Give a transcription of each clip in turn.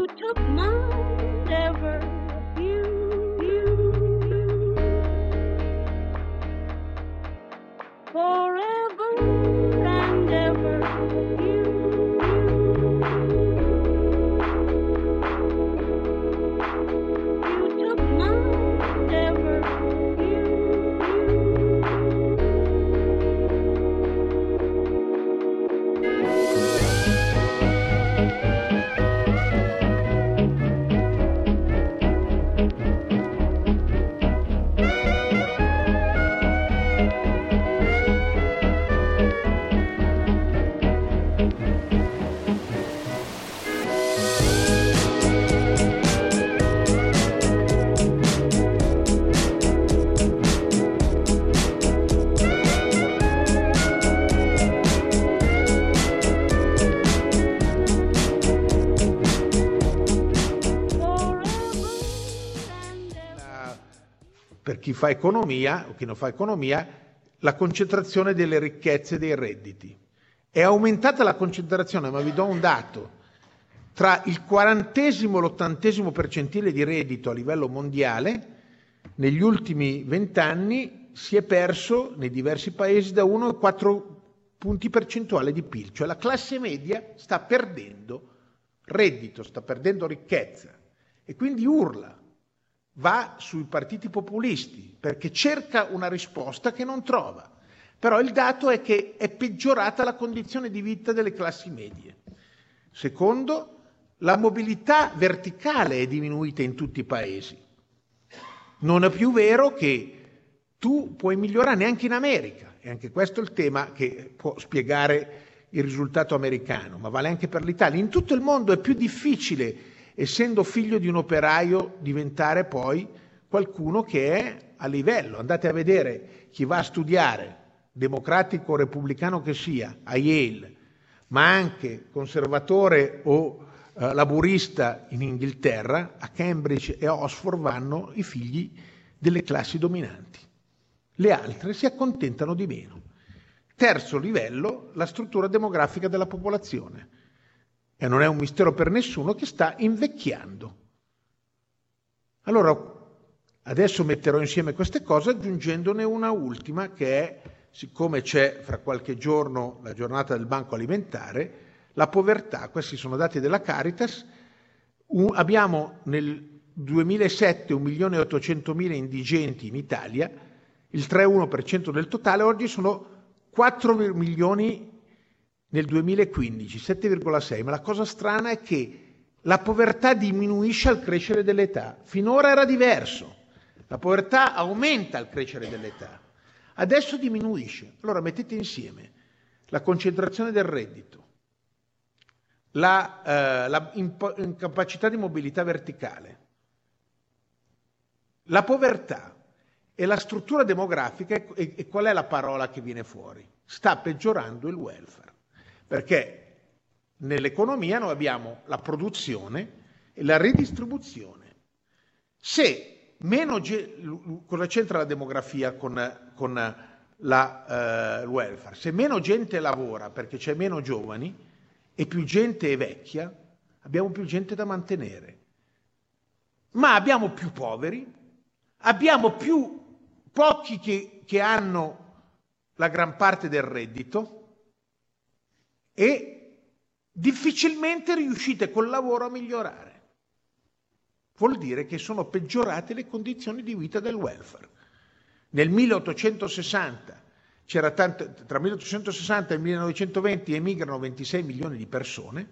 You took my ever forever and ever you took my ever per chi fa economia o chi non fa economia, la concentrazione delle ricchezze e dei redditi. È aumentata la concentrazione, ma vi do un dato, tra il 40° e l'80° percentile di reddito a livello mondiale, negli ultimi 20 anni si è perso nei diversi paesi da 1 a 4 punti percentuali di PIL, cioè la classe media sta perdendo reddito, sta perdendo ricchezza e quindi urla. Va sui partiti populisti perché cerca una risposta che non trova. Però il dato è che è peggiorata la condizione di vita delle classi medie. Secondo, la mobilità verticale è diminuita in tutti i paesi. Non è più vero che tu puoi migliorare neanche in America, e anche questo è il tema che può spiegare il risultato americano, ma vale anche per l'Italia. In tutto il mondo è più difficile, essendo figlio di un operaio, diventare poi qualcuno che è a livello. Andate a vedere chi va a studiare, democratico o repubblicano che sia, a Yale, ma anche conservatore o laburista in Inghilterra, a Cambridge e a Oxford vanno i figli delle classi dominanti. Le altre si accontentano di meno. Terzo livello, la struttura demografica della popolazione. E non è un mistero per nessuno che sta invecchiando. Allora, adesso metterò insieme queste cose aggiungendone una ultima che è, siccome c'è fra qualche giorno la giornata del Banco Alimentare, la povertà. Questi sono dati della Caritas. Abbiamo nel 2007 1.800.000 indigenti in Italia, il 3,1% del totale, oggi sono 4 milioni nel 2015, 7,6, ma la cosa strana è che la povertà diminuisce al crescere dell'età. Finora era diverso, la povertà aumenta al crescere dell'età, adesso diminuisce. Allora mettete insieme la concentrazione del reddito, la incapacità di mobilità verticale, la povertà e la struttura demografica, e qual è la parola che viene fuori? Sta peggiorando il welfare. Perché nell'economia noi abbiamo la produzione e la ridistribuzione. Se meno cosa c'entra la demografia con il welfare? Se meno gente lavora perché c'è meno giovani e più gente è vecchia, abbiamo più gente da mantenere. Ma abbiamo più poveri, abbiamo più pochi che hanno la gran parte del reddito, e difficilmente riuscite col lavoro a migliorare. Vuol dire che sono peggiorate le condizioni di vita del welfare. Nel 1860 c'era tra 1860 e il 1920 emigrano 26 milioni di persone,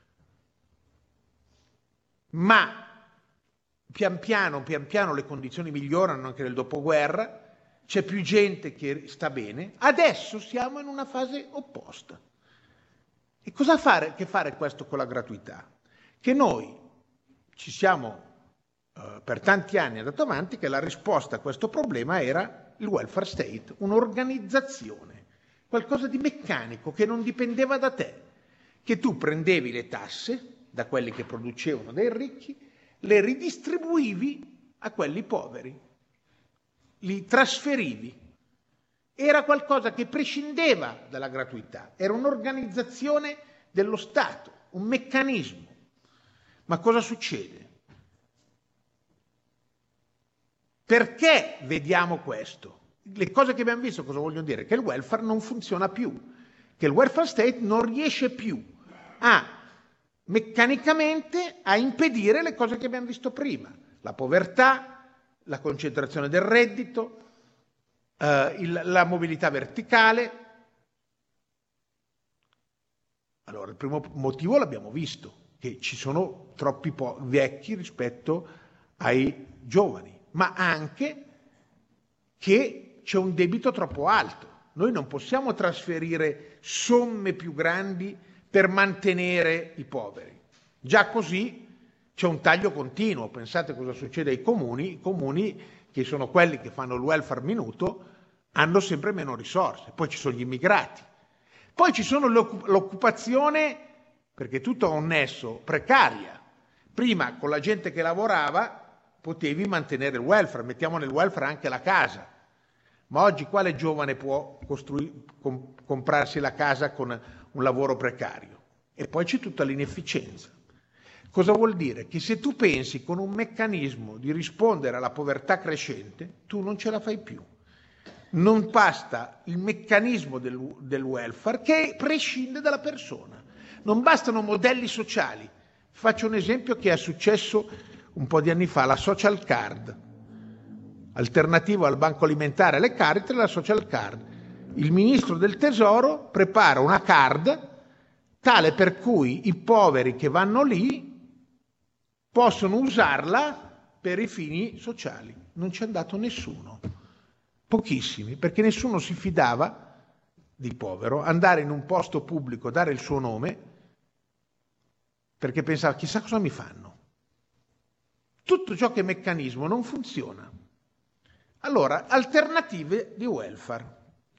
ma pian piano le condizioni migliorano anche nel dopoguerra, c'è più gente che sta bene. Adesso siamo in una fase opposta. E cosa fare questo con la gratuità? Che noi ci siamo per tanti anni andato avanti, che la risposta a questo problema era il welfare state, un'organizzazione, qualcosa di meccanico che non dipendeva da te, che tu prendevi le tasse da quelli che producevano dei ricchi, le ridistribuivi a quelli poveri, li trasferivi. Era qualcosa che prescindeva dalla gratuità, era un'organizzazione dello Stato, un meccanismo. Ma cosa succede? Perché vediamo questo? Le cose che abbiamo visto cosa vogliono dire? Che il welfare non funziona più, che il welfare state non riesce più meccanicamente a impedire le cose che abbiamo visto prima, la povertà, la concentrazione del reddito, la mobilità verticale. Allora, il primo motivo l'abbiamo visto, che ci sono troppi vecchi rispetto ai giovani, ma anche che c'è un debito troppo alto. Noi non possiamo trasferire somme più grandi per mantenere i poveri. Già così c'è un taglio continuo. Pensate cosa succede ai comuni. I comuni, che sono quelli che fanno il welfare minuto, hanno sempre meno risorse. Poi ci sono gli immigrati. Poi ci sono l'occupazione, perché tutto ha un nesso, precaria. Prima con la gente che lavorava potevi mantenere il welfare, mettiamo nel welfare anche la casa. Ma oggi quale giovane può comprarsi la casa con un lavoro precario? E poi c'è tutta l'inefficienza. Cosa vuol dire? Che se tu pensi con un meccanismo di rispondere alla povertà crescente, tu non ce la fai più. Non basta il meccanismo del welfare che prescinde dalla persona. Non bastano modelli sociali. Faccio un esempio che è successo un po' di anni fa, la social card. Alternativo al banco alimentare, alle carte, la social card. Il ministro del Tesoro prepara una card tale per cui i poveri che vanno lì possono usarla per i fini sociali. Non c'è andato nessuno, pochissimi, perché nessuno si fidava di povero andare in un posto pubblico, dare il suo nome, perché pensava chissà cosa mi fanno. Tutto ciò che è meccanismo non funziona. Allora, alternative di welfare.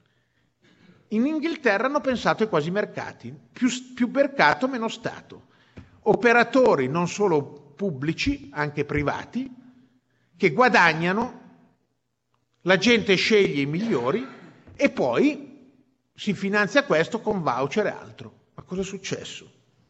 In Inghilterra hanno pensato ai quasi mercati, più mercato, meno Stato. Operatori non solo pubblici, anche privati, che guadagnano, la gente sceglie i migliori e poi si finanzia questo con voucher e altro. Ma cosa è successo?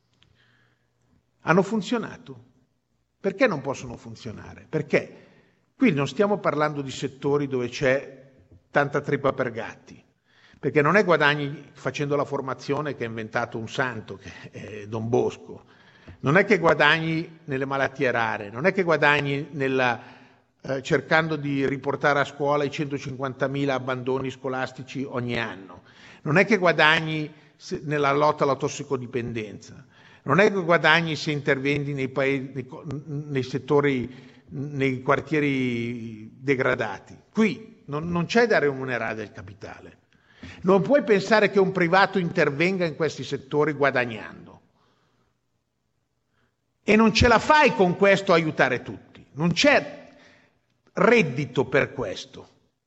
Hanno funzionato. Perché non possono funzionare? Perché qui non stiamo parlando di settori dove c'è tanta trippa per gatti, perché non è guadagni facendo la formazione che ha inventato un santo, che è Don Bosco, non è che guadagni nelle malattie rare, non è che guadagni cercando di riportare a scuola i 150.000 abbandoni scolastici ogni anno, non è che guadagni nella lotta alla tossicodipendenza, non è che guadagni se intervendi nei settori, nei quartieri degradati. Qui non c'è da remunerare del capitale. Non puoi pensare che un privato intervenga in questi settori guadagnando. E non ce la fai con questo a aiutare tutti. Non c'è reddito per questo.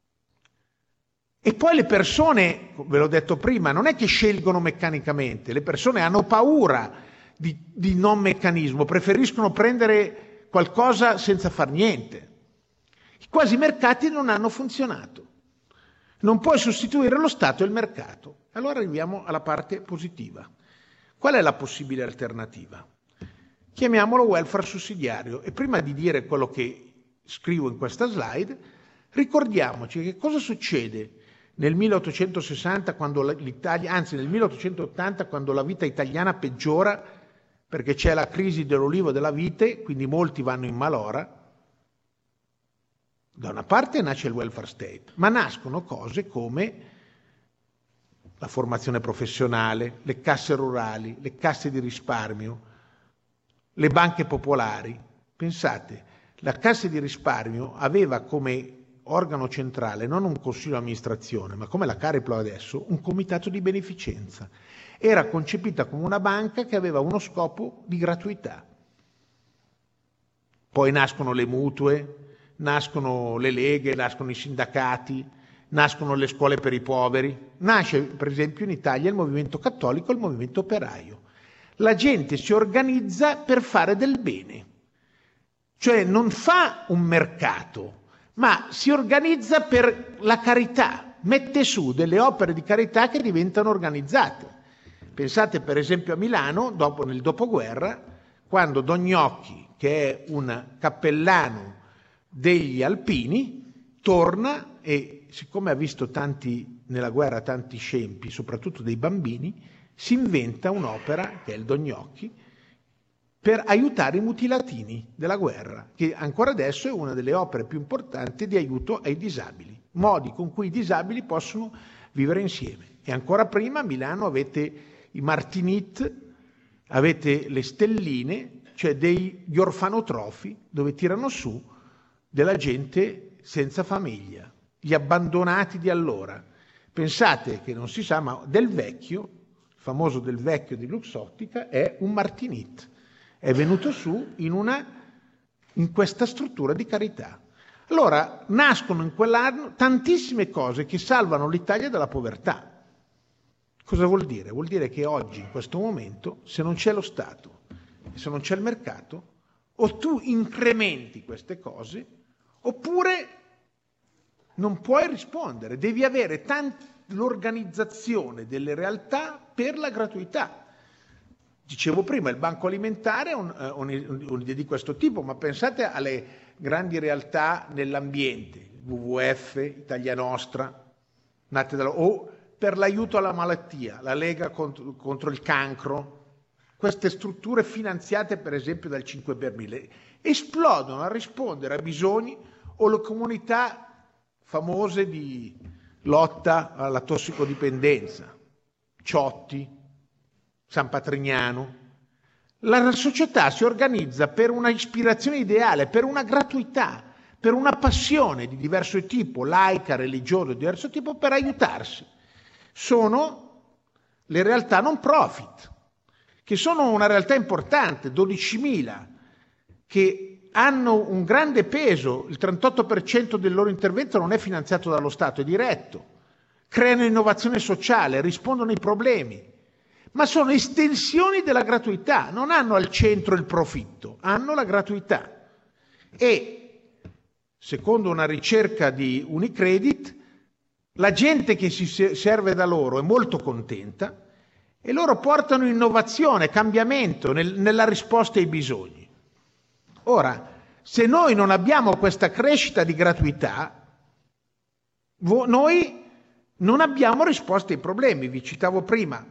E poi le persone, ve l'ho detto prima, non è che scelgono meccanicamente, le persone hanno paura di non meccanismo, preferiscono prendere qualcosa senza far niente. I quasi mercati non hanno funzionato. Non puoi sostituire lo Stato e il mercato. Allora arriviamo alla parte positiva. Qual è la possibile alternativa? Chiamiamolo welfare sussidiario. E prima di dire quello che scrivo in questa slide, ricordiamoci che cosa succede nel 1860, quando l'Italia, anzi nel 1880, quando la vita italiana peggiora perché c'è la crisi dell'olivo e della vite, quindi molti vanno in malora. Da una parte nasce il welfare state, ma nascono cose come la formazione professionale, le casse rurali, le casse di risparmio, le banche popolari. Pensate, la cassa di risparmio aveva come organo centrale non un consiglio di amministrazione, ma come la Cariplo adesso, un comitato di beneficenza. Era concepita come una banca che aveva uno scopo di gratuità. Poi nascono le mutue, nascono le leghe, nascono i sindacati, nascono le scuole per i poveri. Nasce, per esempio, in Italia il movimento cattolico e il movimento operaio. La gente si organizza per fare del bene, cioè non fa un mercato, ma si organizza per la carità, mette su delle opere di carità che diventano organizzate. Pensate per esempio a Milano, nel dopoguerra, quando Don Gnocchi, che è un cappellano degli alpini, torna e, siccome ha visto nella guerra tanti scempi, soprattutto dei bambini, si inventa un'opera, che è il Don Gnocchi, per aiutare i mutilatini della guerra, che ancora adesso è una delle opere più importanti di aiuto ai disabili, modi con cui i disabili possono vivere insieme. E ancora prima a Milano avete i Martinit, avete le stelline, cioè degli orfanotrofi dove tirano su della gente senza famiglia, gli abbandonati di allora. Pensate che non si sa, ma Del Vecchio, il famoso Del Vecchio di Luxottica, è un Martinit. È venuto su in questa struttura di carità. Allora nascono in quell'anno tantissime cose che salvano l'Italia dalla povertà. Cosa vuol dire? Vuol dire che oggi, in questo momento, se non c'è lo Stato e se non c'è il mercato, o tu incrementi queste cose, oppure non puoi rispondere. Devi avere l'organizzazione delle realtà per la gratuità. Dicevo prima, il banco alimentare è un'idea di questo tipo, ma pensate alle grandi realtà nell'ambiente, WWF, Italia Nostra, o per l'aiuto alla malattia, la Lega contro il cancro, queste strutture finanziate per esempio dal 5 per 1000, esplodono a rispondere a bisogni, o le comunità famose di lotta alla tossicodipendenza, Ciotti, San Patrignano. La società si organizza per una ispirazione ideale, per una gratuità, per una passione di diverso tipo, laica, religiosa, di diverso tipo, per aiutarsi. Sono le realtà non profit, che sono una realtà importante, 12.000, che hanno un grande peso, il 38% del loro intervento non è finanziato dallo Stato, è diretto, creano innovazione sociale, rispondono ai problemi, ma sono estensioni della gratuità, non hanno al centro il profitto, hanno la gratuità. E, secondo una ricerca di Unicredit, la gente che si serve da loro è molto contenta e loro portano innovazione, cambiamento nella risposta ai bisogni. Ora, se noi non abbiamo questa crescita di gratuità, noi non abbiamo risposte ai problemi. Vi citavo prima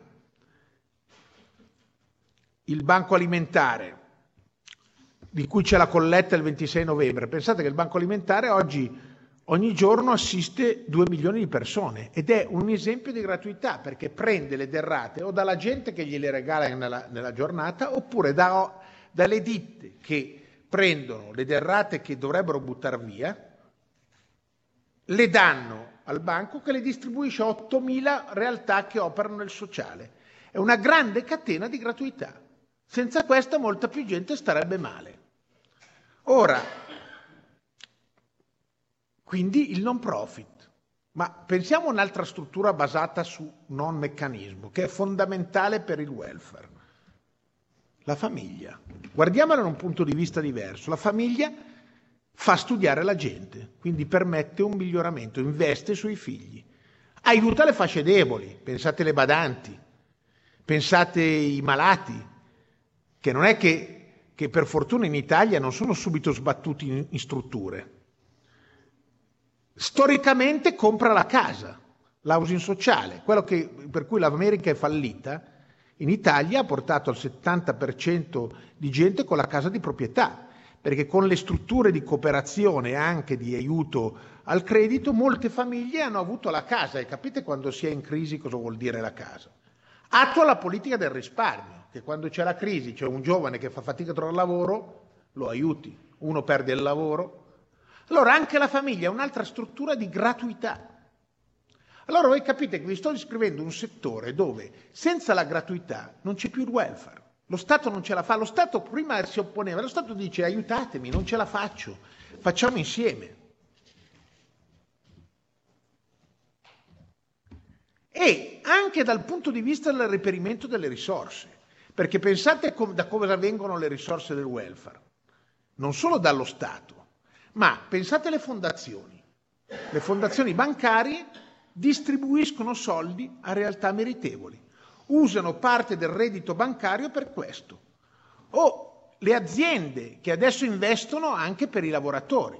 il banco alimentare, di cui c'è la colletta il 26 novembre. Pensate che il banco alimentare ogni giorno assiste 2 milioni di persone ed è un esempio di gratuità, perché prende le derrate o dalla gente che gliele regala nella giornata, oppure dalle ditte che prendono le derrate che dovrebbero buttare via, le danno al banco che le distribuisce a 8.000 realtà che operano nel sociale. È una grande catena di gratuità. Senza questa molta più gente starebbe male. Ora, quindi il non profit. Ma pensiamo a un'altra struttura basata su non meccanismo, che è fondamentale per il welfare. La famiglia. Guardiamola da un punto di vista diverso. La famiglia fa studiare la gente, quindi permette un miglioramento, investe sui figli, aiuta le fasce deboli, pensate alle badanti, pensate ai malati, che non è che per fortuna in Italia non sono subito sbattuti in strutture. Storicamente compra la casa, l'housing sociale, quello per cui l'America è fallita, in Italia ha portato al 70% di gente con la casa di proprietà, perché con le strutture di cooperazione e anche di aiuto al credito, molte famiglie hanno avuto la casa, e capite quando si è in crisi cosa vuol dire la casa. Attua la politica del risparmio, che quando c'è la crisi, c'è un giovane che fa fatica a trovare lavoro, lo aiuti, uno perde il lavoro. Allora anche la famiglia è un'altra struttura di gratuità. Allora voi capite che vi sto descrivendo un settore dove senza la gratuità non c'è più il welfare. Lo Stato non ce la fa, lo Stato prima si opponeva, lo Stato dice aiutatemi, non ce la faccio, facciamo insieme. E anche dal punto di vista del reperimento delle risorse, perché pensate da cosa vengono le risorse del welfare, non solo dallo Stato, ma pensate alle fondazioni. Le fondazioni bancarie distribuiscono soldi a realtà meritevoli, usano parte del reddito bancario per questo. O le aziende che adesso investono anche per i lavoratori,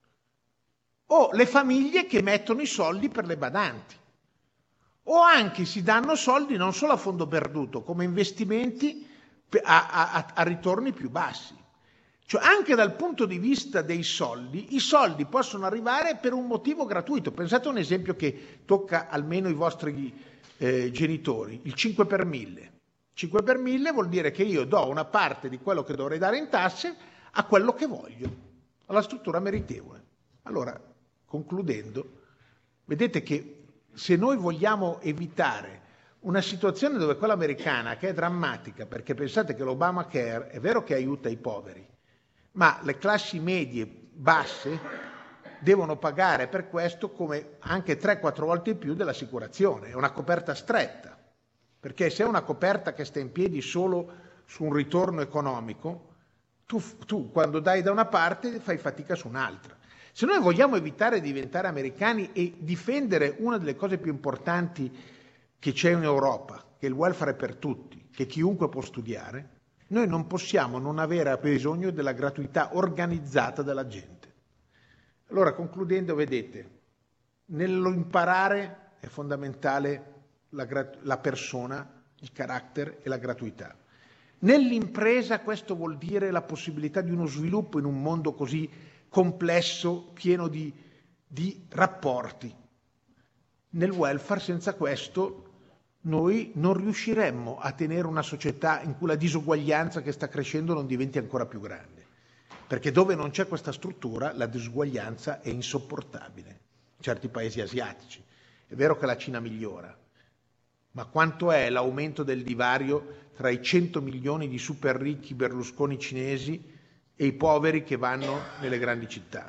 o le famiglie che mettono i soldi per le badanti, o anche si danno soldi non solo a fondo perduto, come investimenti a ritorni più bassi. Cioè anche dal punto di vista dei soldi, i soldi possono arrivare per un motivo gratuito. Pensate a un esempio che tocca almeno i vostri genitori, il 5 per 1000. 5 per 1000 vuol dire che io do una parte di quello che dovrei dare in tasse a quello che voglio, alla struttura meritevole. Allora, concludendo, vedete che se noi vogliamo evitare una situazione dove quella americana, che è drammatica, perché pensate che l'Obamacare è vero che aiuta i poveri, ma le classi medie basse devono pagare per questo come anche 3-4 volte in più dell'assicurazione. È una coperta stretta, perché se è una coperta che sta in piedi solo su un ritorno economico, tu quando dai da una parte fai fatica su un'altra. Se noi vogliamo evitare di diventare americani e difendere una delle cose più importanti che c'è in Europa, che il welfare è per tutti, che chiunque può studiare, noi non possiamo non avere bisogno della gratuità organizzata della gente. Allora, concludendo, vedete, nello imparare è fondamentale la persona, il carattere e la gratuità. Nell'impresa questo vuol dire la possibilità di uno sviluppo in un mondo così complesso, pieno di rapporti. Nel welfare, senza questo, noi non riusciremmo a tenere una società in cui la disuguaglianza che sta crescendo non diventi ancora più grande. Perché dove non c'è questa struttura, la disuguaglianza è insopportabile. In certi paesi asiatici. È vero che la Cina migliora, ma quanto è l'aumento del divario tra i 100 milioni di super ricchi Berlusconi cinesi e i poveri che vanno nelle grandi città?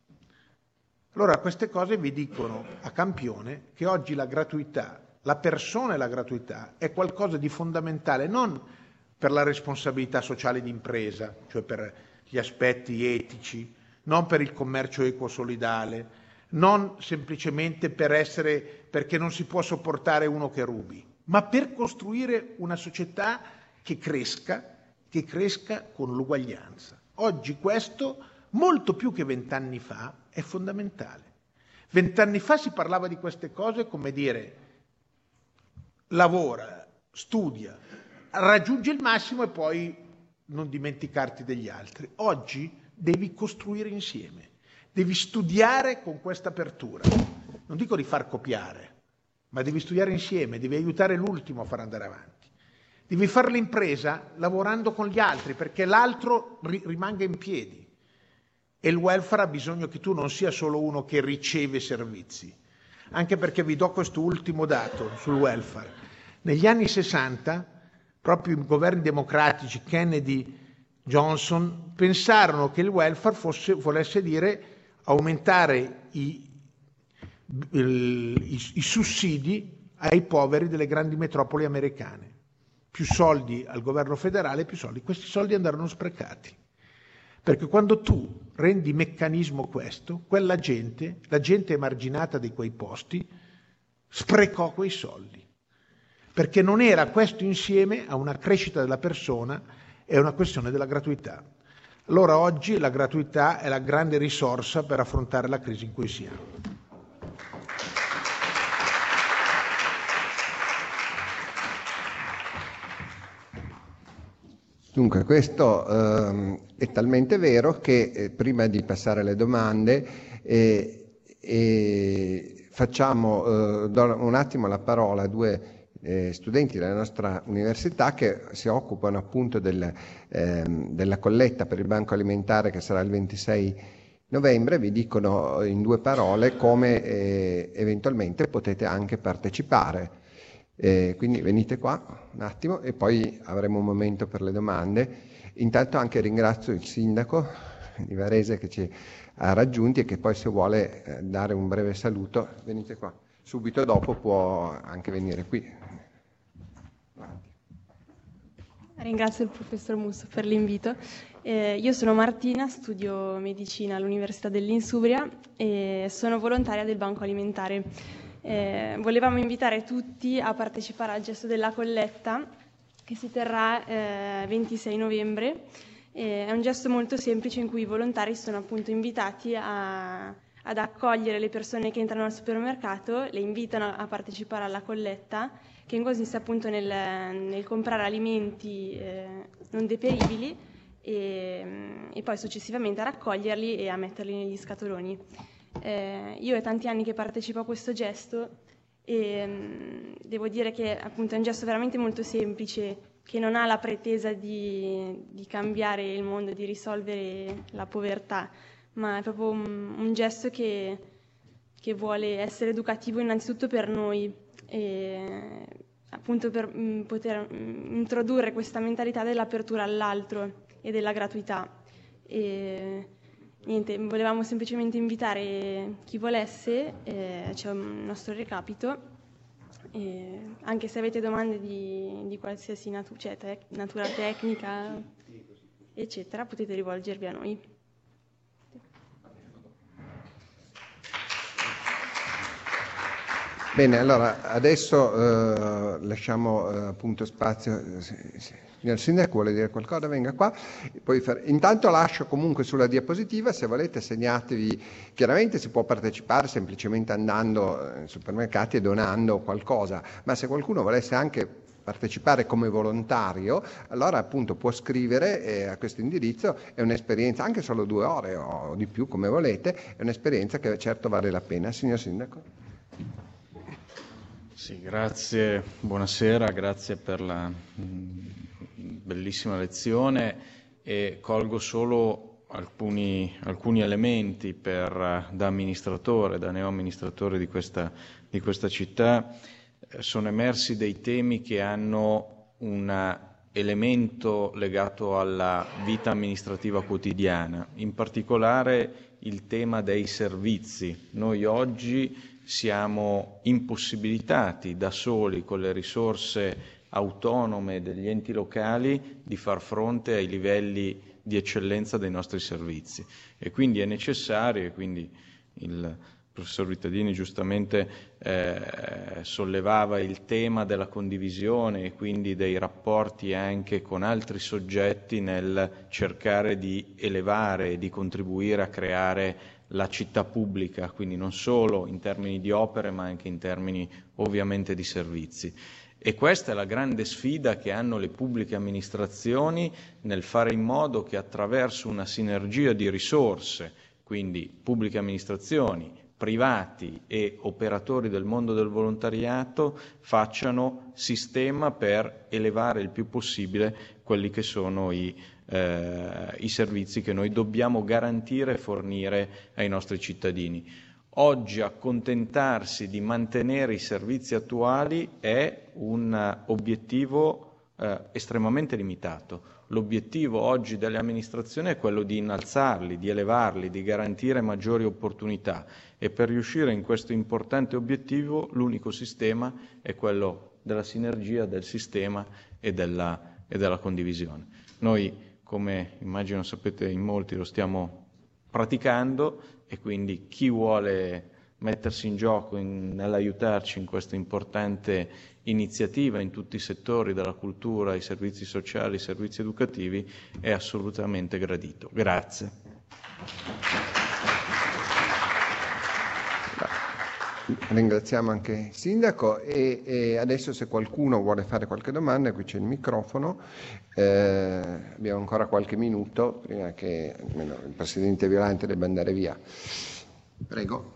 Allora queste cose vi dicono a campione che oggi la gratuità, la persona e la gratuità è qualcosa di fondamentale non per la responsabilità sociale d'impresa, cioè per gli aspetti etici, non per il commercio equo solidale, non semplicemente perché non si può sopportare uno che rubi, ma per costruire una società che cresca con l'uguaglianza. Oggi questo, molto più che 20 anni fa, è fondamentale. 20 anni fa si parlava di queste cose come dire lavora, studia, raggiunge il massimo e poi non dimenticarti degli altri. Oggi devi costruire insieme. Devi studiare con questa apertura. Non dico di far copiare, ma devi studiare insieme, devi aiutare l'ultimo a far andare avanti. Devi fare l'impresa lavorando con gli altri perché l'altro rimanga in piedi. E il welfare ha bisogno che tu non sia solo uno che riceve servizi. Anche perché vi do questo ultimo dato sul welfare. Negli anni 60, proprio i governi democratici, Kennedy, Johnson, pensarono che il welfare volesse dire aumentare i sussidi ai poveri delle grandi metropoli americane. Più soldi al governo federale, più soldi. Questi soldi andarono sprecati. Perché quando tu rendi meccanismo questo, la gente emarginata di quei posti, sprecò quei soldi. Perché non era questo insieme a una crescita della persona e una questione della gratuità. Allora oggi la gratuità è la grande risorsa per affrontare la crisi in cui siamo. Dunque, questo è talmente vero che prima di passare alle domande do un attimo la parola a due studenti della nostra università che si occupano appunto della colletta per il banco alimentare che sarà il 26 novembre. Vi dicono in due parole come eventualmente potete anche partecipare. Quindi venite qua un attimo e poi avremo un momento per le domande. Intanto anche ringrazio il sindaco di Varese che ci ha raggiunti e che poi se vuole dare un breve saluto venite qua. Subito dopo può anche venire qui. Ringrazio il professor Musso per l'invito. Io sono Martina, studio medicina all'Università dell'Insubria e sono volontaria del Banco Alimentare. Volevamo invitare tutti a partecipare al gesto della colletta che si terrà 26 novembre È un gesto molto semplice in cui i volontari sono appunto invitati ad accogliere le persone che entrano al supermercato, le invitano a partecipare alla colletta, che consiste appunto nel comprare alimenti non deperibili e poi successivamente a raccoglierli e a metterli negli scatoloni. Io è tanti anni che partecipo a questo gesto e devo dire che appunto è un gesto veramente molto semplice, che non ha la pretesa di cambiare il mondo, di risolvere la povertà, ma è proprio un gesto che vuole essere educativo innanzitutto per noi, appunto per poter introdurre questa mentalità dell'apertura all'altro e della gratuità. Niente, volevamo semplicemente invitare chi volesse, c'è un nostro recapito. Anche se avete domande di qualsiasi natura tecnica, eccetera, potete rivolgervi a noi. Bene, allora adesso lasciamo appunto spazio. Signor Sindaco, vuole dire qualcosa? Venga qua. Poi intanto lascio comunque sulla diapositiva, se volete segnatevi, chiaramente si può partecipare semplicemente andando nei supermercati e donando qualcosa, ma se qualcuno volesse anche partecipare come volontario, allora appunto può scrivere a questo indirizzo. È un'esperienza, anche solo 2 ore o di più come volete, è un'esperienza che certo vale la pena. Signor Sindaco. Sì, grazie, buonasera, grazie per la bellissima lezione e colgo solo alcuni elementi da amministratore, da neoamministratore di questa città. Sono emersi dei temi che hanno un elemento legato alla vita amministrativa quotidiana, in particolare il tema dei servizi. Noi oggi siamo impossibilitati da soli, con le risorse autonome degli enti locali, di far fronte ai livelli di eccellenza dei nostri servizi e quindi è necessario, e quindi il professor Vittadini giustamente sollevava il tema della condivisione e quindi dei rapporti anche con altri soggetti nel cercare di elevare e di contribuire a creare la città pubblica, quindi non solo in termini di opere ma anche in termini ovviamente di servizi. E questa è la grande sfida che hanno le pubbliche amministrazioni nel fare in modo che attraverso una sinergia di risorse, quindi pubbliche amministrazioni, privati e operatori del mondo del volontariato, facciano sistema per elevare il più possibile quelli che sono i servizi che noi dobbiamo garantire e fornire ai nostri cittadini. Oggi accontentarsi di mantenere i servizi attuali è un obiettivo estremamente limitato. L'obiettivo oggi delle amministrazioni è quello di innalzarli, di elevarli, di garantire maggiori opportunità e per riuscire in questo importante obiettivo l'unico sistema è quello della sinergia, del sistema e della condivisione. Noi, come immagino sapete in molti, lo stiamo praticando e quindi chi vuole mettersi in gioco nell'aiutarci in questa importante iniziativa in tutti i settori, dalla cultura ai servizi sociali, ai servizi educativi, è assolutamente gradito. Grazie. Ringraziamo anche il Sindaco e adesso se qualcuno vuole fare qualche domanda, qui c'è il microfono, abbiamo ancora qualche minuto prima che almeno il Presidente Violante debba andare via. Prego.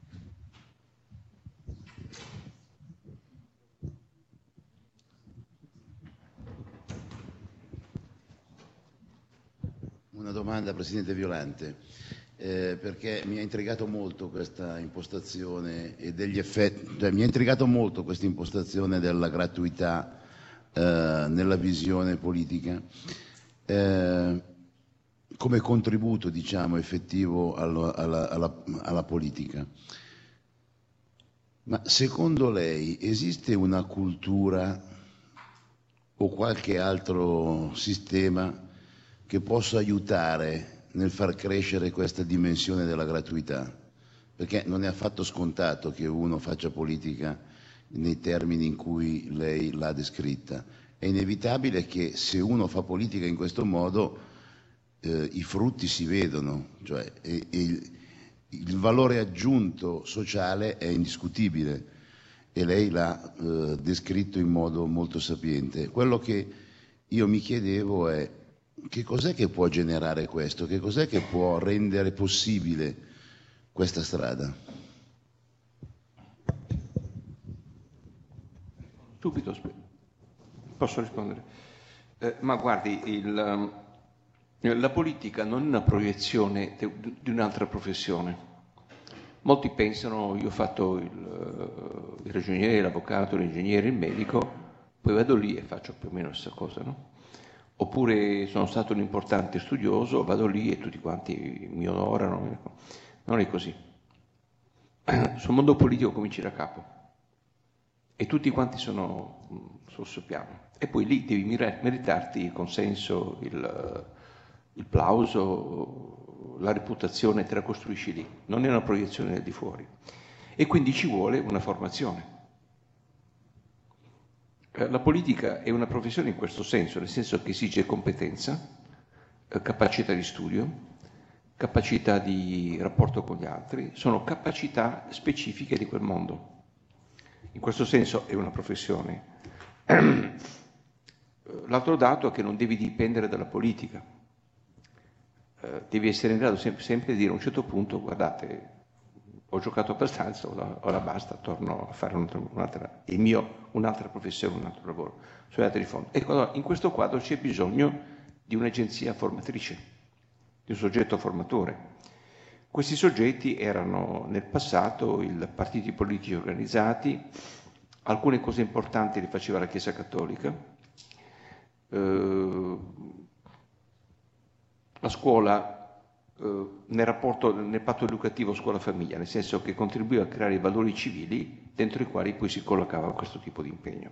Una domanda, Presidente Violante. Perché mi ha intrigato molto questa impostazione e degli effetti, mi ha intrigato molto questa impostazione della gratuità nella visione politica come contributo, diciamo, effettivo alla politica. Ma secondo lei esiste una cultura o qualche altro sistema che possa aiutare nel far crescere questa dimensione della gratuità? Perché non è affatto scontato che uno faccia politica nei termini in cui lei l'ha descritta. È inevitabile che se uno fa politica in questo modo i frutti si vedono, cioè il valore aggiunto sociale è indiscutibile e lei l'ha descritto in modo molto sapiente. Quello che io mi chiedevo è che cos'è che può generare questo, che cos'è che può rendere possibile questa strada? Subito, posso rispondere? Ma guardi, la politica non è una proiezione di un'altra professione. Molti pensano, io ho fatto il ragioniere, l'avvocato, l'ingegnere, il medico, poi vado lì e faccio più o meno la stessa cosa, no? Oppure sono stato un importante studioso, vado lì e tutti quanti mi onorano. Non è così. Sul mondo politico cominci da capo e tutti quanti sono sul suo piano. E poi lì devi meritarti il consenso, il plauso, la reputazione, te la costruisci lì. Non è una proiezione del di fuori. E quindi ci vuole una formazione. La politica è una professione in questo senso, nel senso che esige competenza, capacità di studio, capacità di rapporto con gli altri, sono capacità specifiche di quel mondo. In questo senso è una professione. L'altro dato è che non devi dipendere dalla politica, devi essere in grado sempre di dire a un certo punto: guardate, ho giocato abbastanza, ora basta, torno a fare un'altra professione, un altro lavoro, sui altri fondi. Ecco, allora, in questo quadro c'è bisogno di un'agenzia formatrice, di un soggetto formatore. Questi soggetti erano nel passato i partiti politici organizzati, alcune cose importanti le faceva la Chiesa Cattolica, la scuola nel patto educativo scuola-famiglia, nel senso che contribuiva a creare i valori civili dentro i quali poi si collocava questo tipo di impegno.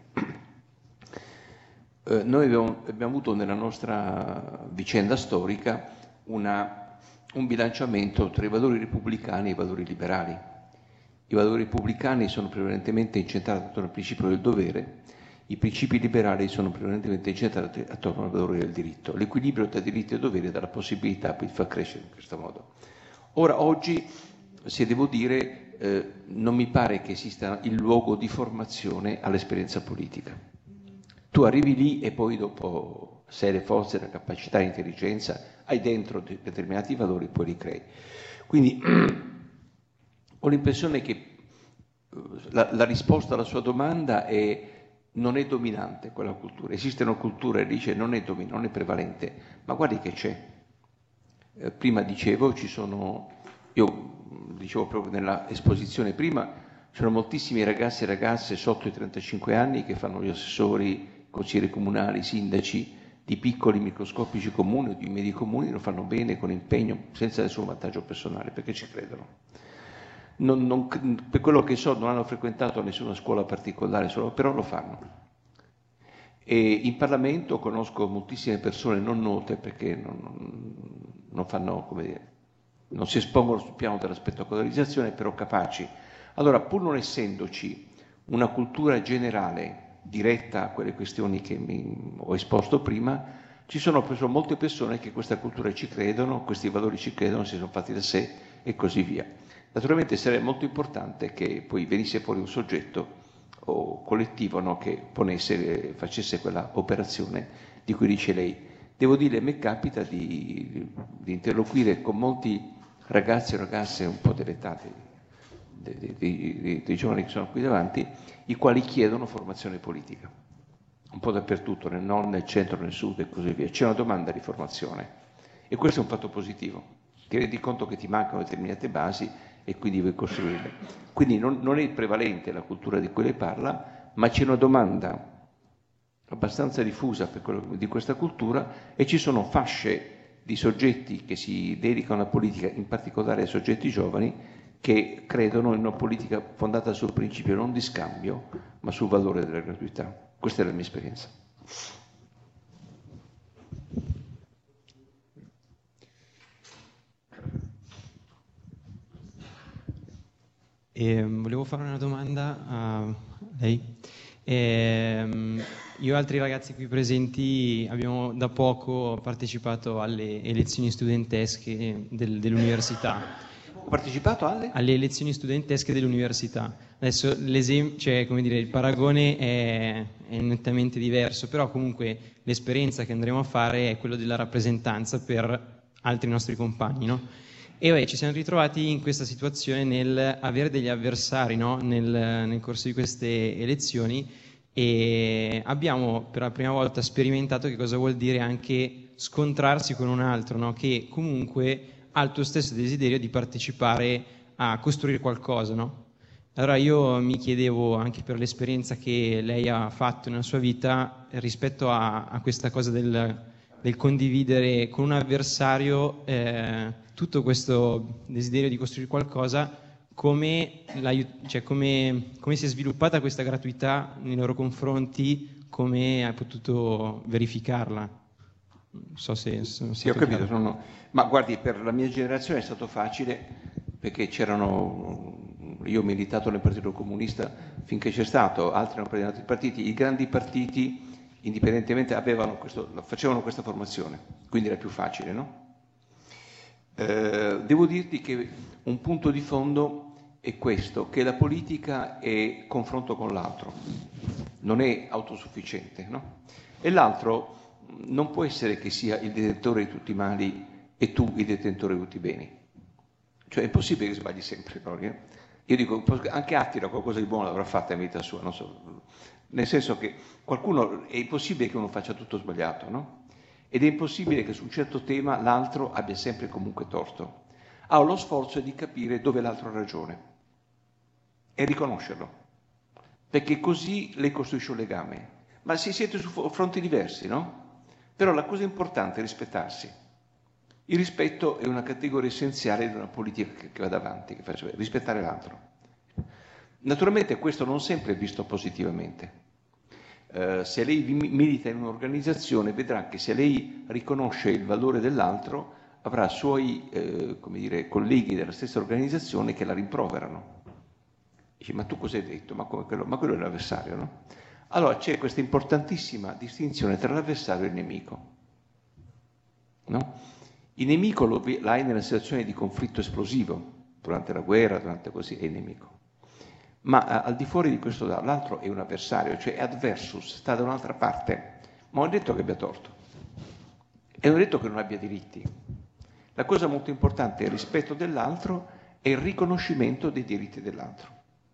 Noi abbiamo avuto nella nostra vicenda storica un bilanciamento tra i valori repubblicani e i valori liberali. I valori repubblicani sono prevalentemente incentrati attorno al principio del dovere, i principi liberali sono prevalentemente incentrati attorno al valore del diritto. L'equilibrio tra diritti e doveri dà la possibilità di far crescere in questo modo. Ora, oggi, se devo dire, non mi pare che esista il luogo di formazione all'esperienza politica. Tu arrivi lì e poi dopo, se hai le forze, la capacità, l'intelligenza, hai dentro determinati valori, poi li crei. Quindi ho l'impressione che la risposta alla sua domanda non è dominante quella cultura. Esistono culture, dice, non è prevalente, ma guardi che c'è. Prima dicevo, io dicevo proprio nella esposizione prima, ci sono moltissimi ragazzi e ragazze sotto i 35 anni che fanno gli assessori, consiglieri comunali, sindaci di piccoli microscopici comuni o di medi comuni, lo fanno bene, con impegno, senza nessun vantaggio personale, perché ci credono. Per quello che so non hanno frequentato nessuna scuola particolare, però lo fanno. E in Parlamento conosco moltissime persone non note perché non fanno, come dire, non si espongono sul piano della spettacolarizzazione, però capaci. Allora, pur non essendoci una cultura generale diretta a quelle questioni che ho esposto prima, ci sono molte persone che questa cultura ci credono, questi valori ci credono, si sono fatti da sé e così via. Naturalmente sarebbe molto importante che poi venisse fuori un soggetto o collettivo, no, che facesse quella operazione di cui dice lei. Devo dire, a me capita di interloquire con molti ragazzi e ragazze un po' dell'età dei giovani che sono qui davanti, i quali chiedono formazione politica, un po' dappertutto, nel nord, nel centro, nel sud e così via. C'è una domanda di formazione e questo è un fatto positivo, ti rendi conto che ti mancano determinate basi e quindi vuoi costruirle. Quindi non è prevalente la cultura di cui lei parla, ma c'è una domanda abbastanza diffusa di questa cultura e ci sono fasce di soggetti che si dedicano alla politica, in particolare ai soggetti giovani, che credono in una politica fondata sul principio non di scambio, ma sul valore della gratuità. Questa è la mia esperienza. Volevo fare una domanda a lei. Io e altri ragazzi qui presenti abbiamo da poco partecipato alle elezioni studentesche dell'università. Ho partecipato alle elezioni studentesche dell'università. Adesso il paragone è nettamente diverso, però comunque l'esperienza che andremo a fare è quella della rappresentanza per altri nostri compagni, no? E ci siamo ritrovati in questa situazione nel avere degli avversari, no? nel corso di queste elezioni, e abbiamo per la prima volta sperimentato che cosa vuol dire anche scontrarsi con un altro, no? Che comunque ha il tuo stesso desiderio di partecipare a costruire qualcosa, no? Allora io mi chiedevo, anche per l'esperienza che lei ha fatto nella sua vita, rispetto a questa cosa del condividere con un avversario tutto questo desiderio di costruire qualcosa, come si è sviluppata questa gratuità nei loro confronti, come hai potuto verificarla? Non so se... Sì, ho capito. Ma guardi, per la mia generazione è stato facile, perché io ho militato nel Partito Comunista finché c'è stato, altri hanno preso altri partiti, i grandi partiti indipendentemente facevano questa formazione, quindi era più facile, no? Devo dirti che un punto di fondo è questo, che la politica è confronto con l'altro, non è autosufficiente, no? E l'altro non può essere che sia il detentore di tutti i mali e tu il detentore di tutti i beni. Cioè è impossibile che sbagli sempre, no? Io dico, anche Attila qualcosa di buono l'avrà fatta in vita sua, non so, nel senso che è impossibile che uno faccia tutto sbagliato, no? Ed è impossibile che su un certo tema l'altro abbia sempre comunque torto. Lo sforzo è di capire dove l'altro ha ragione e riconoscerlo, perché così lei costruisce un legame. Ma si siete su fronti diversi, no? Però la cosa importante è rispettarsi. Il rispetto è una categoria essenziale di una politica che vada avanti, che faccia rispettare l'altro. Naturalmente questo non sempre è visto positivamente. Se lei milita in un'organizzazione vedrà che se lei riconosce il valore dell'altro avrà suoi colleghi della stessa organizzazione che la rimproverano. Dice, ma tu cosa hai detto? Ma quello è l'avversario, no? Allora c'è questa importantissima distinzione tra l'avversario e il nemico, no? Il nemico l'hai nella situazione di conflitto esplosivo, durante la guerra, è il nemico. Ma al di fuori di questo l'altro è un avversario, cioè è adversus, sta da un'altra parte, ma non è detto che abbia torto e non è detto che non abbia diritti. La cosa molto importante è il rispetto dell'altro e il riconoscimento dei diritti dell'altro.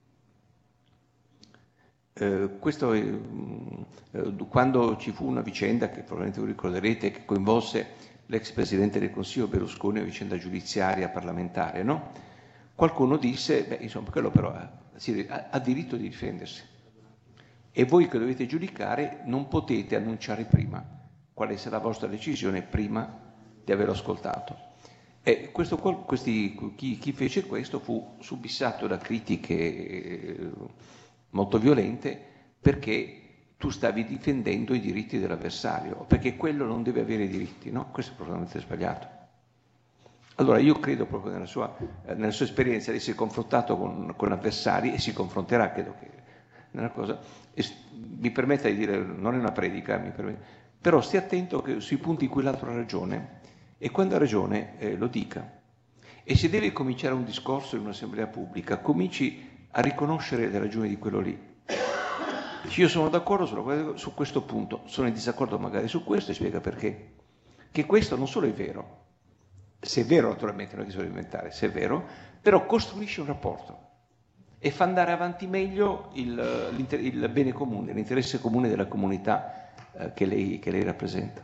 Quando ci fu una vicenda che probabilmente voi ricorderete, che coinvolse l'ex presidente del Consiglio Berlusconi, una vicenda giudiziaria parlamentare, no? Qualcuno disse, quello però ha diritto di difendersi e voi che dovete giudicare non potete annunciare prima quale sarà la vostra decisione prima di averlo ascoltato. E chi fece questo fu subissato da critiche molto violente perché tu stavi difendendo i diritti dell'avversario, perché quello non deve avere diritti, no? Questo è profondamente sbagliato. Allora io credo proprio nella sua esperienza, lei si è confrontato con avversari e si confronterà, credo che nella cosa, mi permetta di dire, non è una predica, però stia attento sui punti in cui l'altro ha ragione e quando ha ragione lo dica. E se deve cominciare un discorso in un'assemblea pubblica, cominci a riconoscere le ragioni di quello lì. Io sono d'accordo su questo punto, sono in disaccordo magari su questo e spiega perché. Che questo non solo è vero, se è vero naturalmente non è che si deve inventare, se è vero, però costruisce un rapporto e fa andare avanti meglio il bene comune, l'interesse comune della comunità che lei rappresenta.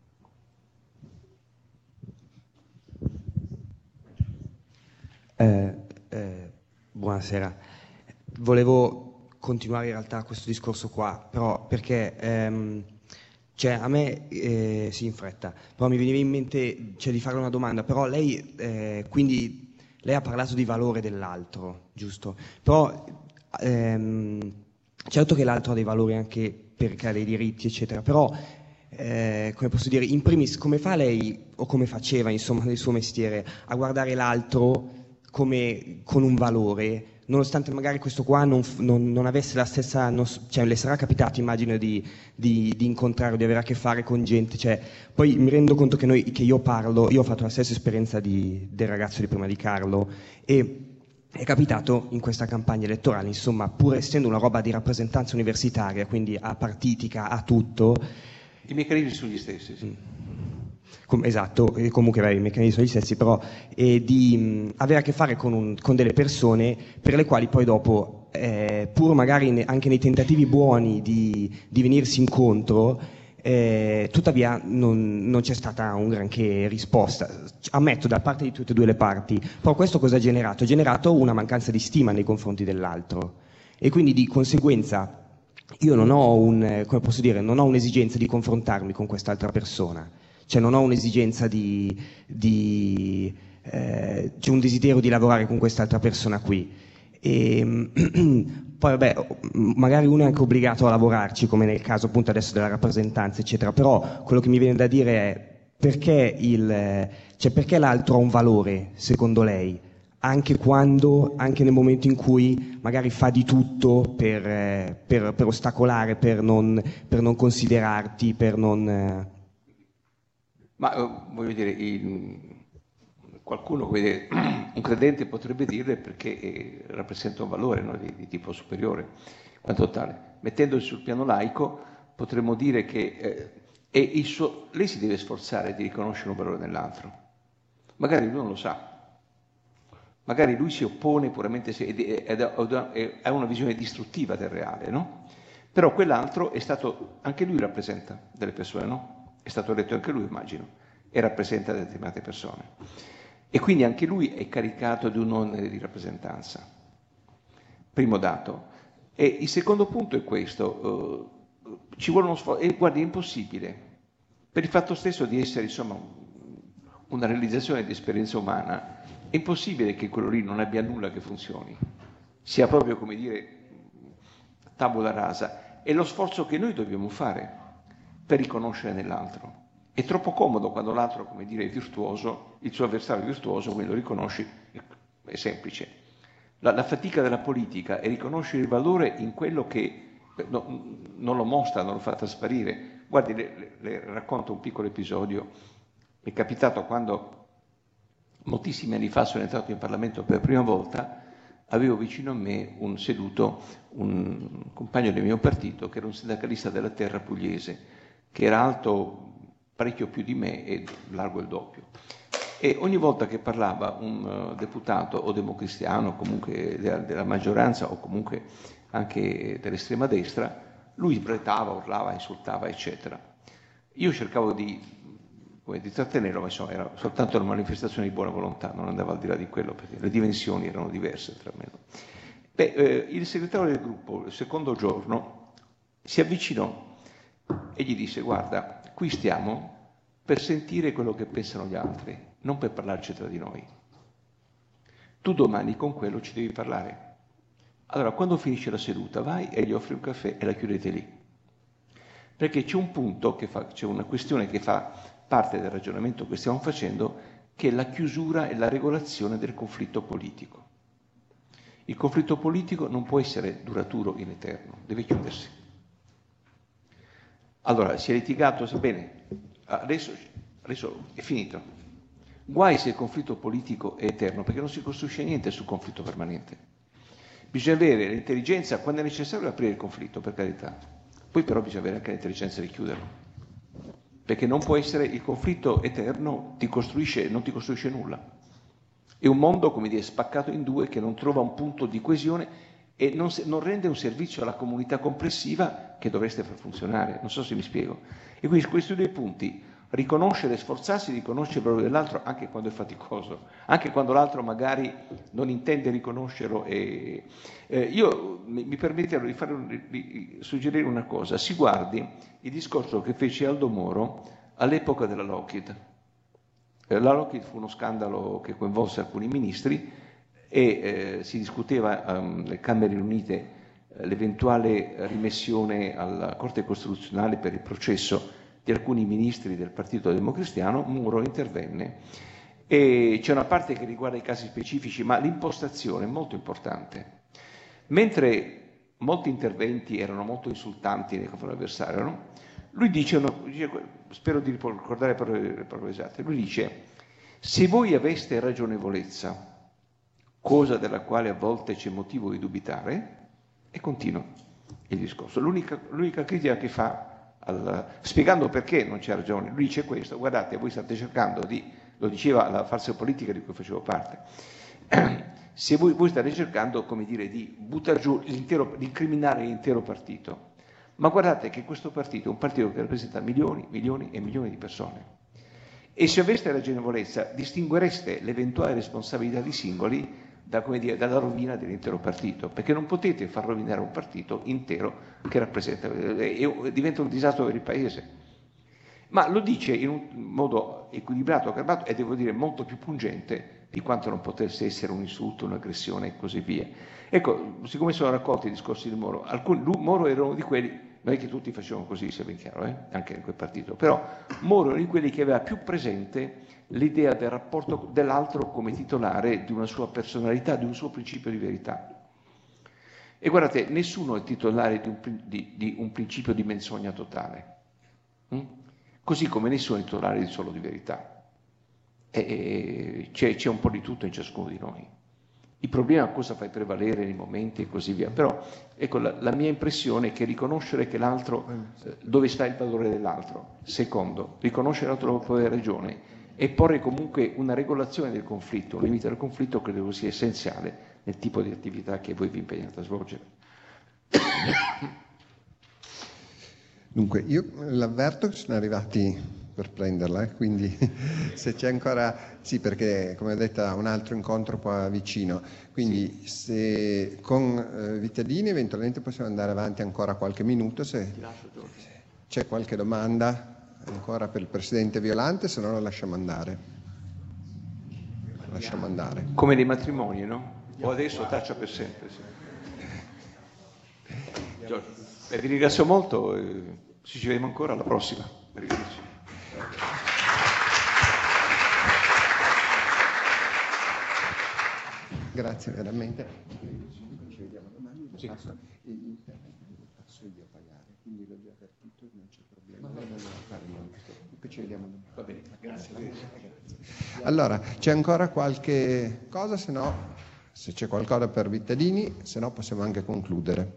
Buonasera, volevo continuare in realtà questo discorso qua, però perché a me sì, in fretta, però mi veniva in mente di fare una domanda, però lei quindi lei ha parlato di valore dell'altro, giusto? Però certo che l'altro ha dei valori anche perché ha dei diritti, eccetera, però come posso dire, in primis come fa lei o come faceva insomma nel suo mestiere a guardare l'altro come con un valore, nonostante magari questo qua non avesse la stessa, cioè le sarà capitato immagino di incontrare o di avere a che fare con gente, cioè, poi mi rendo conto che io ho fatto la stessa esperienza del ragazzo di prima di Carlo, e è capitato in questa campagna elettorale, insomma, pur essendo una roba di rappresentanza universitaria, quindi apartitica, a tutto. I meccanismi sono gli stessi, sì. Esatto, comunque i meccanismi sono gli stessi, però di avere a che fare con delle persone per le quali poi dopo, pur magari anche nei tentativi buoni di venirsi incontro, tuttavia non c'è stata un granché risposta, ammetto, da parte di tutte e due le parti. Però questo cosa ha generato? Ha generato una mancanza di stima nei confronti dell'altro, e quindi di conseguenza io non ho un'esigenza di confrontarmi con quest'altra persona, cioè non ho un'esigenza c'è un desiderio di lavorare con quest'altra persona qui. E poi vabbè, magari uno è anche obbligato a lavorarci, come nel caso appunto adesso della rappresentanza eccetera, però quello che mi viene da dire è perché l'altro ha un valore secondo lei, anche nel momento in cui magari fa di tutto per ostacolare, per non considerarti, per non... Ma voglio dire, qualcuno, un credente potrebbe dire perché rappresenta un valore, no, di tipo superiore, quanto tale. Mettendosi sul piano laico potremmo dire che lei si deve sforzare di riconoscere un valore nell'altro. Magari lui non lo sa, magari lui si oppone puramente ha una visione distruttiva del reale, no? Però quell'altro anche lui rappresenta delle persone, no? È stato eletto anche lui, immagino, e rappresenta determinate persone. E quindi anche lui è caricato di un onere di rappresentanza. Primo dato. E il secondo punto è questo. Ci vuole uno sforzo. E guardi, è impossibile. Per il fatto stesso di essere, insomma, una realizzazione di esperienza umana, è impossibile che quello lì non abbia nulla che funzioni. Sia proprio, come dire, tabula rasa. È lo sforzo che noi dobbiamo fare per riconoscere nell'altro. È troppo comodo quando l'altro, come dire, è virtuoso, il suo avversario è virtuoso, quindi lo riconosci, è semplice. La fatica della politica è riconoscere il valore in quello che non lo mostra, non lo fa trasparire. Guardi, le racconto un piccolo episodio. Mi è capitato quando, moltissimi anni fa, sono entrato in Parlamento per la prima volta, avevo vicino a me un compagno del mio partito che era un sindacalista della terra pugliese, che era alto parecchio più di me e largo il doppio. E ogni volta che parlava un deputato o democristiano, comunque della maggioranza o comunque anche dell'estrema destra, lui sbretava, urlava, insultava, eccetera. Io cercavo di trattenerlo, ma insomma era soltanto una manifestazione di buona volontà, non andava al di là di quello, perché le dimensioni erano diverse tra me. Il segretario del gruppo, il secondo giorno, si avvicinò e gli disse: guarda, qui stiamo per sentire quello che pensano gli altri, non per parlarci tra di noi. Tu domani con quello ci devi parlare. Allora, quando finisce la seduta, vai e gli offri un caffè e la chiudete lì. Perché c'è un punto, c'è una questione che fa parte del ragionamento che stiamo facendo, che è la chiusura e la regolazione del conflitto politico. Il conflitto politico non può essere duraturo in eterno, deve chiudersi. Allora, si è litigato, bene, adesso è finito. Guai se il conflitto politico è eterno, perché non si costruisce niente sul conflitto permanente. Bisogna avere l'intelligenza, quando è necessario, aprire il conflitto, per carità. Poi però bisogna avere anche l'intelligenza di chiuderlo. Perché non può essere il conflitto eterno, non ti costruisce nulla. È un mondo, come dire, spaccato in due, che non trova un punto di coesione e non rende un servizio alla comunità complessiva che dovreste far funzionare. Non so se mi spiego. E quindi questi due punti, riconoscere, sforzarsi di riconoscere il valore dell'altro anche quando è faticoso, anche quando l'altro magari non intende riconoscerlo. Io mi permetto di suggerire una cosa: si guardi il discorso che fece Aldo Moro all'epoca della Lockheed. La Lockheed fu uno scandalo che coinvolse alcuni ministri e si discuteva alle Camere riunite l'eventuale rimessione alla Corte Costituzionale per il processo di alcuni ministri del Partito Democristiano. Muro intervenne e c'è una parte che riguarda i casi specifici, ma l'impostazione è molto importante. mentre molti interventi erano molto insultanti nei confronti dell'avversario, no? Lui dice, spero di ricordare le parole esatte, lui dice: se voi aveste ragionevolezza, cosa della quale a volte c'è motivo di dubitare, e continua il discorso. L'unica critica che fa, spiegando perché non c'è ragione, lui dice questo: guardate, voi state cercando di, lo diceva la falsa politica di cui facevo parte, se voi state cercando, come dire, di buttare giù l'intero, di incriminare l'intero partito, ma guardate che questo partito è un partito che rappresenta milioni, milioni e milioni di persone. E se aveste ragionevolezza, distinguereste l'eventuale responsabilità di singoli dalla rovina dell'intero partito, perché non potete far rovinare un partito intero che rappresenta, diventa un disastro per il paese. Ma lo dice in un modo equilibrato, garbato e devo dire molto più pungente di quanto non potesse essere un insulto, un'aggressione e così via. Ecco, siccome sono raccolti i discorsi di Moro, Moro era uno di quelli, non è che tutti facevano così, sia ben chiaro, anche in quel partito, però Moro era uno di quelli che aveva più presente l'idea del rapporto dell'altro come titolare di una sua personalità, di un suo principio di verità. E guardate, nessuno è titolare di un principio di menzogna totale, così come nessuno è titolare di solo di verità. E c'è un po' di tutto in ciascuno di noi. Il problema è cosa fai prevalere nei momenti e così via. Però ecco, la mia impressione è che riconoscere che l'altro, dove sta il valore dell'altro. Secondo, riconoscere l'altro dove può avere ragione e porre comunque una regolazione del conflitto, un limite del conflitto, credo sia essenziale nel tipo di attività che voi vi impegnate a svolgere. Dunque, io l'avverto che sono arrivati per prenderla, quindi se c'è ancora, sì, perché come ho detto un altro incontro qua vicino, quindi sì. Se con Vittadini eventualmente possiamo andare avanti ancora qualche minuto, se c'è qualche domanda ancora per il Presidente Violante, se no lo lasciamo andare. Lasciamo andare. Come dei matrimoni, no? O adesso taccia per sempre. Sì. Giorgio, vi ringrazio molto, ci vediamo ancora alla prossima. Arrivederci. Grazie veramente. Ci vediamo domani. Sì. Io pagare, quindi l'ho già avvertito, non c'è problema. Ci vediamo domani. Va bene, grazie. Allora, c'è ancora qualche cosa, se no, se c'è qualcosa per Vittadini, se no possiamo anche concludere.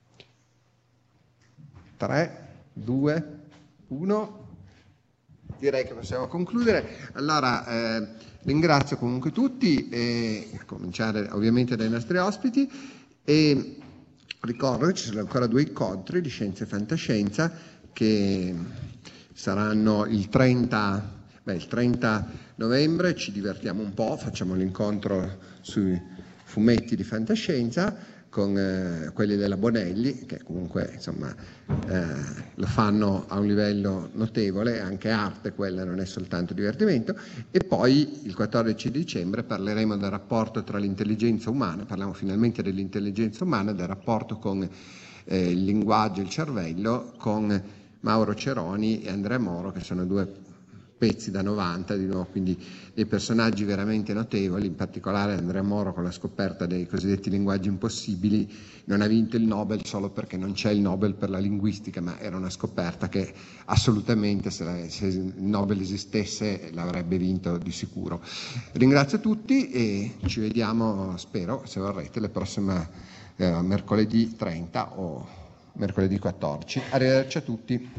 3, 2, 1. Direi che possiamo concludere. Allora, ringrazio comunque tutti, a cominciare ovviamente dai nostri ospiti, e ricordo che ci sono ancora 2 incontri di Scienza e Fantascienza che saranno il 30 novembre, ci divertiamo un po', facciamo l'incontro sui fumetti di fantascienza con quelli della Bonelli, che comunque insomma lo fanno a un livello notevole, anche arte quella, non è soltanto divertimento. E poi il 14 dicembre parleremo del rapporto tra l'intelligenza umana, parliamo finalmente dell'intelligenza umana, del rapporto con il linguaggio e il cervello, con Mauro Ceroni e Andrea Moro, che sono 2 pezzi da 90 di nuovo, quindi dei personaggi veramente notevoli, in particolare Andrea Moro con la scoperta dei cosiddetti linguaggi impossibili. Non ha vinto il Nobel solo perché non c'è il Nobel per la linguistica, ma era una scoperta che assolutamente se il Nobel esistesse l'avrebbe vinto di sicuro. Ringrazio tutti e ci vediamo, spero, se vorrete, le prossime mercoledì 30 o mercoledì 14. Arrivederci a tutti.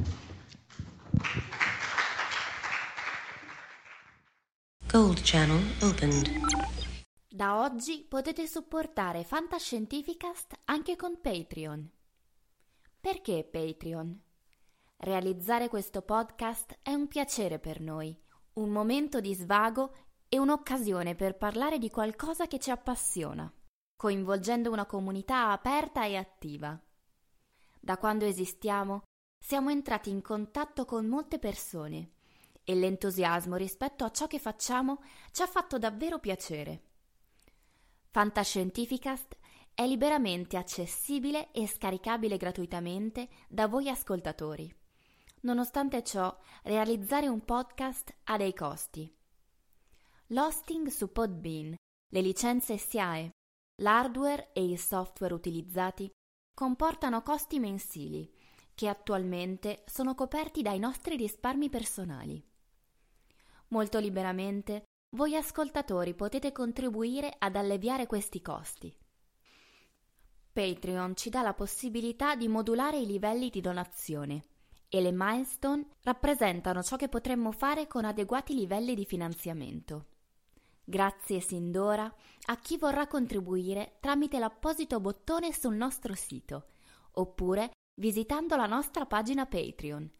Gold Channel opened. Da oggi potete supportare Fantascientificast anche con Patreon. Perché Patreon? Realizzare questo podcast è un piacere per noi, un momento di svago e un'occasione per parlare di qualcosa che ci appassiona, coinvolgendo una comunità aperta e attiva. Da quando esistiamo, siamo entrati in contatto con molte persone e l'entusiasmo rispetto a ciò che facciamo ci ha fatto davvero piacere. Fantascientificast è liberamente accessibile e scaricabile gratuitamente da voi ascoltatori. Nonostante ciò, realizzare un podcast ha dei costi. L'hosting su Podbean, le licenze SIAE, L'hardware e il software utilizzati comportano costi mensili che attualmente sono coperti dai nostri risparmi personali. Molto liberamente voi ascoltatori potete contribuire ad alleviare questi costi. Patreon ci dà la possibilità di modulare i livelli di donazione e le milestone rappresentano ciò che potremmo fare con adeguati livelli di finanziamento. Grazie sin d'ora a chi vorrà contribuire tramite l'apposito bottone sul nostro sito oppure visitando la nostra pagina Patreon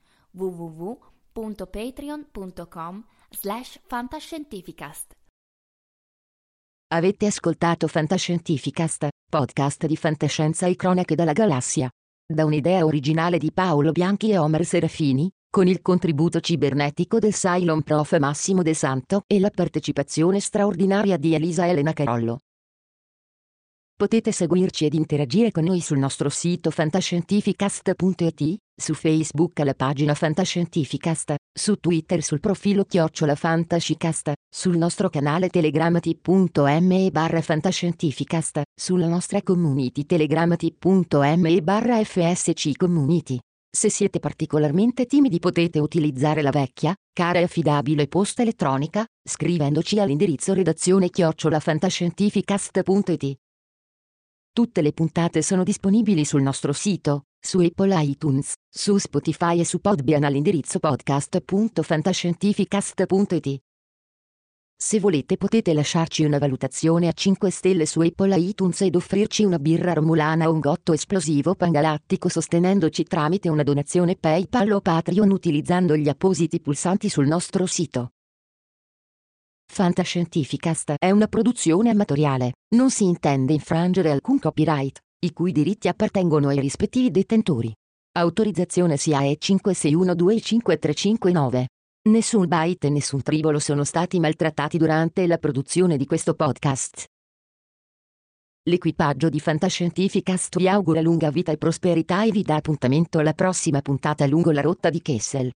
www.patreon.com/fantascientificast. Avete ascoltato Fantascientificast, podcast di fantascienza e cronache dalla galassia. Da un'idea originale di Paolo Bianchi e Omer Serafini, con il contributo cibernetico del Cylon Prof. Massimo De Santo e la partecipazione straordinaria di Elisa Elena Carollo. Potete seguirci ed interagire con noi sul nostro sito fantascientificast.it, su Facebook alla pagina Fantascientificast, su Twitter sul profilo @fantascicast, sul nostro canale Telegram t.me/fantascientificast, sulla nostra community Telegram t.me/fsc community. Se siete particolarmente timidi potete utilizzare la vecchia, cara e affidabile posta elettronica, scrivendoci all'indirizzo redazione@fantascientificast.it. Tutte le puntate sono disponibili sul nostro sito, su Apple iTunes, su Spotify e su Podbean all'indirizzo podcast.fantascientificast.it. Se volete potete lasciarci una valutazione a 5 stelle su Apple iTunes ed offrirci una birra romulana o un gotto esplosivo pangalattico sostenendoci tramite una donazione PayPal o Patreon utilizzando gli appositi pulsanti sul nostro sito. Fantascientificast è una produzione amatoriale, non si intende infrangere alcun copyright, i cui diritti appartengono ai rispettivi detentori. Autorizzazione SIAE 56125359. Nessun byte e nessun tribolo sono stati maltrattati durante la produzione di questo podcast. L'equipaggio di Fantascientificast vi augura lunga vita e prosperità e vi dà appuntamento alla prossima puntata lungo la rotta di Kessel.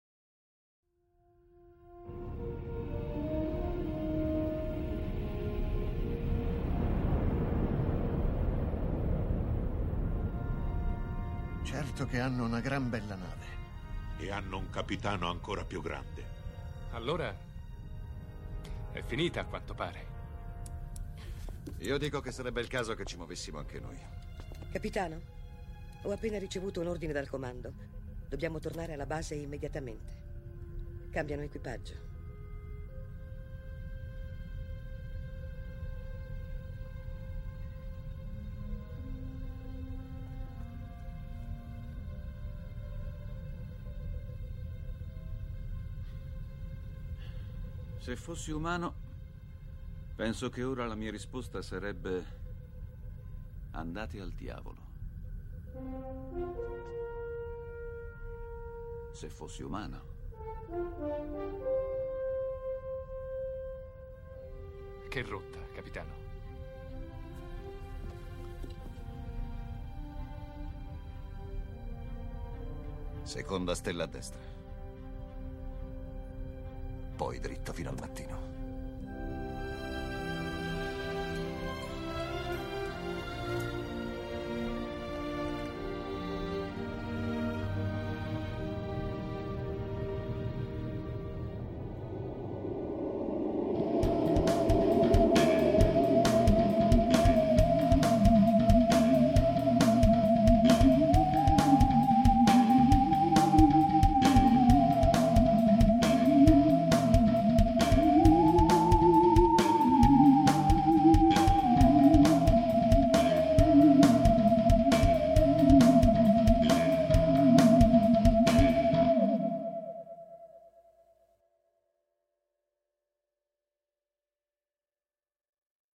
Certo che hanno una gran bella nave. E hanno un capitano ancora più grande. Allora è finita a quanto pare. Io dico che sarebbe il caso che ci muovessimo anche noi. Capitano, ho appena ricevuto un ordine dal comando. Dobbiamo tornare alla base immediatamente. Cambiano equipaggio. Se fossi umano, penso che ora la mia risposta sarebbe: andate al diavolo. Se fossi umano. Che rotta, capitano? Seconda stella a destra. Poi dritto fino al mattino.